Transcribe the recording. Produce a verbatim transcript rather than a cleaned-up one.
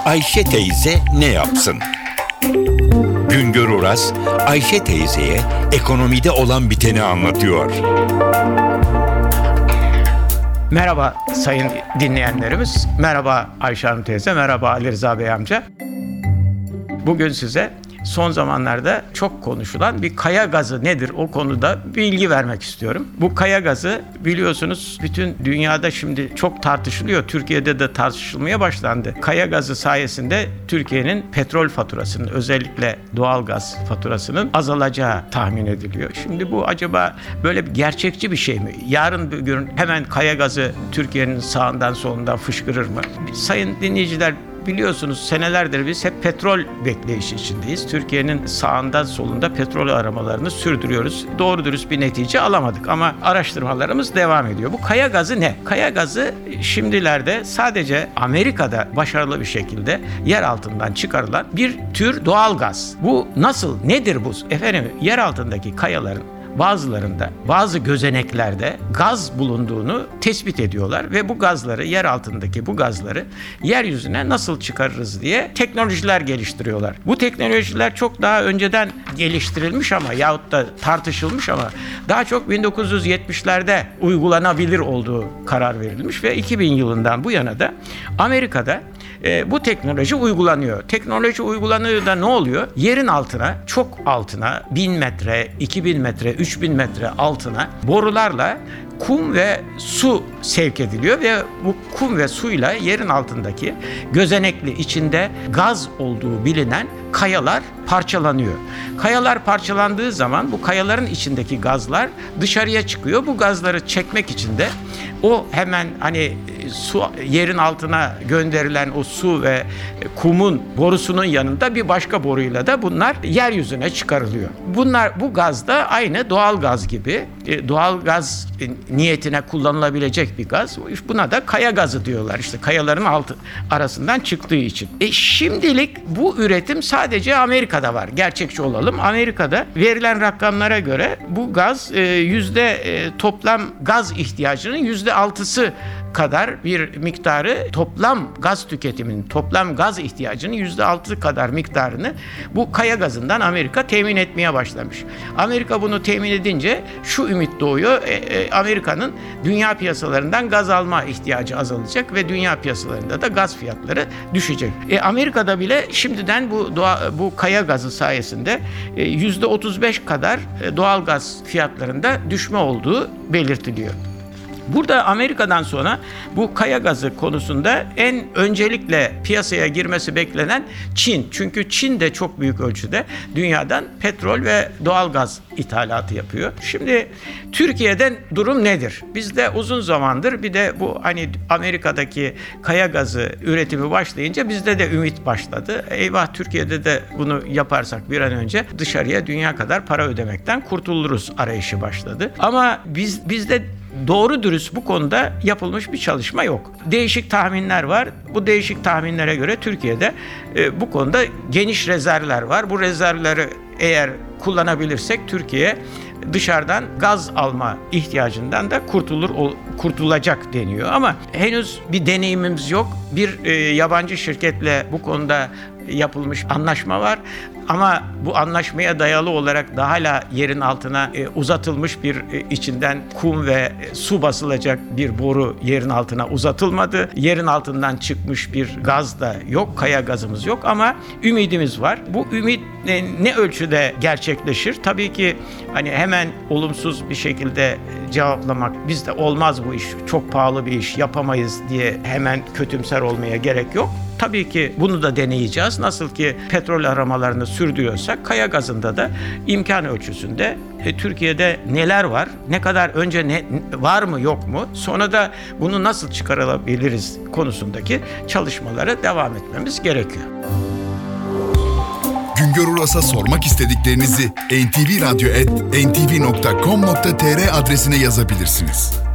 Ayşe teyze ne yapsın? Güngör Oras, Ayşe teyzeye ekonomide olan biteni anlatıyor. Merhaba sayın dinleyenlerimiz, merhaba Ayşe Hanım teyze, merhaba Ali Rıza Bey amca. Bugün size son zamanlarda çok konuşulan bir kaya gazı nedir o konuda bilgi vermek istiyorum. Bu kaya gazı biliyorsunuz bütün dünyada şimdi çok tartışılıyor. Türkiye'de de tartışılmaya başlandı. Kaya gazı sayesinde Türkiye'nin petrol faturasının, özellikle doğal gaz faturasının azalacağı tahmin ediliyor. Şimdi bu acaba böyle bir gerçekçi bir şey mi? Yarın bir gün hemen kaya gazı Türkiye'nin sağından solundan fışkırır mı? Sayın dinleyiciler, biliyorsunuz senelerdir biz hep petrol bekleyişi içindeyiz. Türkiye'nin sağında solunda petrol aramalarını sürdürüyoruz. Doğru dürüst bir netice alamadık ama araştırmalarımız devam ediyor. Bu kaya gazı ne? Kaya gazı şimdilerde sadece Amerika'da başarılı bir şekilde yer altından çıkarılan bir tür doğal gaz. Bu nasıl? Nedir bu? Efendim, yer altındaki kayaların bazılarında, bazı gözeneklerde gaz bulunduğunu tespit ediyorlar ve bu gazları, yer altındaki bu gazları yeryüzüne nasıl çıkarırız diye teknolojiler geliştiriyorlar. Bu teknolojiler çok daha önceden geliştirilmiş ama yahut da tartışılmış ama daha çok bin dokuz yüz yetmişlerde uygulanabilir olduğu karar verilmiş ve iki bin yılından bu yana da Amerika'da E, bu teknoloji uygulanıyor. Teknoloji uygulanıyor da ne oluyor? Yerin altına, çok altına, bin metre, iki bin metre, üç bin metre altına borularla kum ve su sevk ediliyor ve bu kum ve suyla yerin altındaki gözenekli, içinde gaz olduğu bilinen kayalar parçalanıyor. Kayalar parçalandığı zaman bu kayaların içindeki gazlar dışarıya çıkıyor. Bu gazları çekmek için de o hemen hani su, yerin altına gönderilen o su ve kumun borusunun yanında bir başka boruyla da bunlar yeryüzüne çıkarılıyor. Bunlar, bu gaz da aynı doğal gaz gibi, doğal gaz niyetine kullanılabilecek bir gaz. Buna da kaya gazı diyorlar. İşte kayaların altı arasından çıktığı için. E şimdilik bu üretim sadece Amerika'da var. Gerçekçi olalım. Amerika'da verilen rakamlara göre bu gaz e, yüzde e, toplam gaz ihtiyacının yüzde altısı kadar bir miktarı, toplam gaz tüketiminin, toplam gaz ihtiyacının yüzde altı kadar miktarını bu kaya gazından Amerika temin etmeye başlamış. Amerika bunu temin edince şu ümit doğuyor, e, e, Amerika'nın dünya piyasalarından gaz alma ihtiyacı azalacak ve dünya piyasalarında da gaz fiyatları düşecek. E, Amerika'da bile şimdiden bu doğa, bu kaya gazı sayesinde e, yüzde otuz beş kadar e, doğal gaz fiyatlarında düşme olduğu belirtiliyor. Burada Amerika'dan sonra bu kaya gazı konusunda en öncelikle piyasaya girmesi beklenen Çin. Çünkü Çin de çok büyük ölçüde dünyadan petrol ve doğal gaz ithalatı yapıyor. Şimdi Türkiye'den durum nedir? Bizde uzun zamandır bir de bu hani Amerika'daki kaya gazı üretimi başlayınca bizde de ümit başladı. Eyvah, Türkiye'de de bunu yaparsak bir an önce dışarıya dünya kadar para ödemekten kurtuluruz arayışı başladı. Ama biz bizde doğru dürüst bu konuda yapılmış bir çalışma yok. Değişik tahminler var. Bu değişik tahminlere göre Türkiye'de e, bu konuda geniş rezervler var. Bu rezervleri eğer kullanabilirsek Türkiye dışarıdan gaz alma ihtiyacından da kurtulur kurtulacak deniyor. Ama henüz bir deneyimimiz yok. Bir e, yabancı şirketle bu konuda yapılmış anlaşma var. Ama bu anlaşmaya dayalı olarak da hala yerin altına e, uzatılmış bir e, içinden kum ve e, su basılacak bir boru yerin altına uzatılmadı. Yerin altından çıkmış bir gaz da yok, kaya gazımız yok ama ümidimiz var. Bu ümit e, ne ölçüde gerçekleşir? Tabii ki hani hemen olumsuz bir şekilde cevaplamak, bizde olmaz bu iş, çok pahalı bir iş, yapamayız diye hemen kötümser olmaya gerek yok. Tabii ki bunu da deneyeceğiz. Nasıl ki petrol aramalarını sürdürüyorsak kaya gazında da imkan ölçüsünde e, Türkiye'de neler var, ne kadar önce ne var mı yok mu, sonra da bunu nasıl çıkarabiliriz konusundaki çalışmalara devam etmemiz gerekiyor. Güngör Oras'a sormak istediklerinizi en ti vi radyo et en ti vi nokta com nokta tr adresine yazabilirsiniz.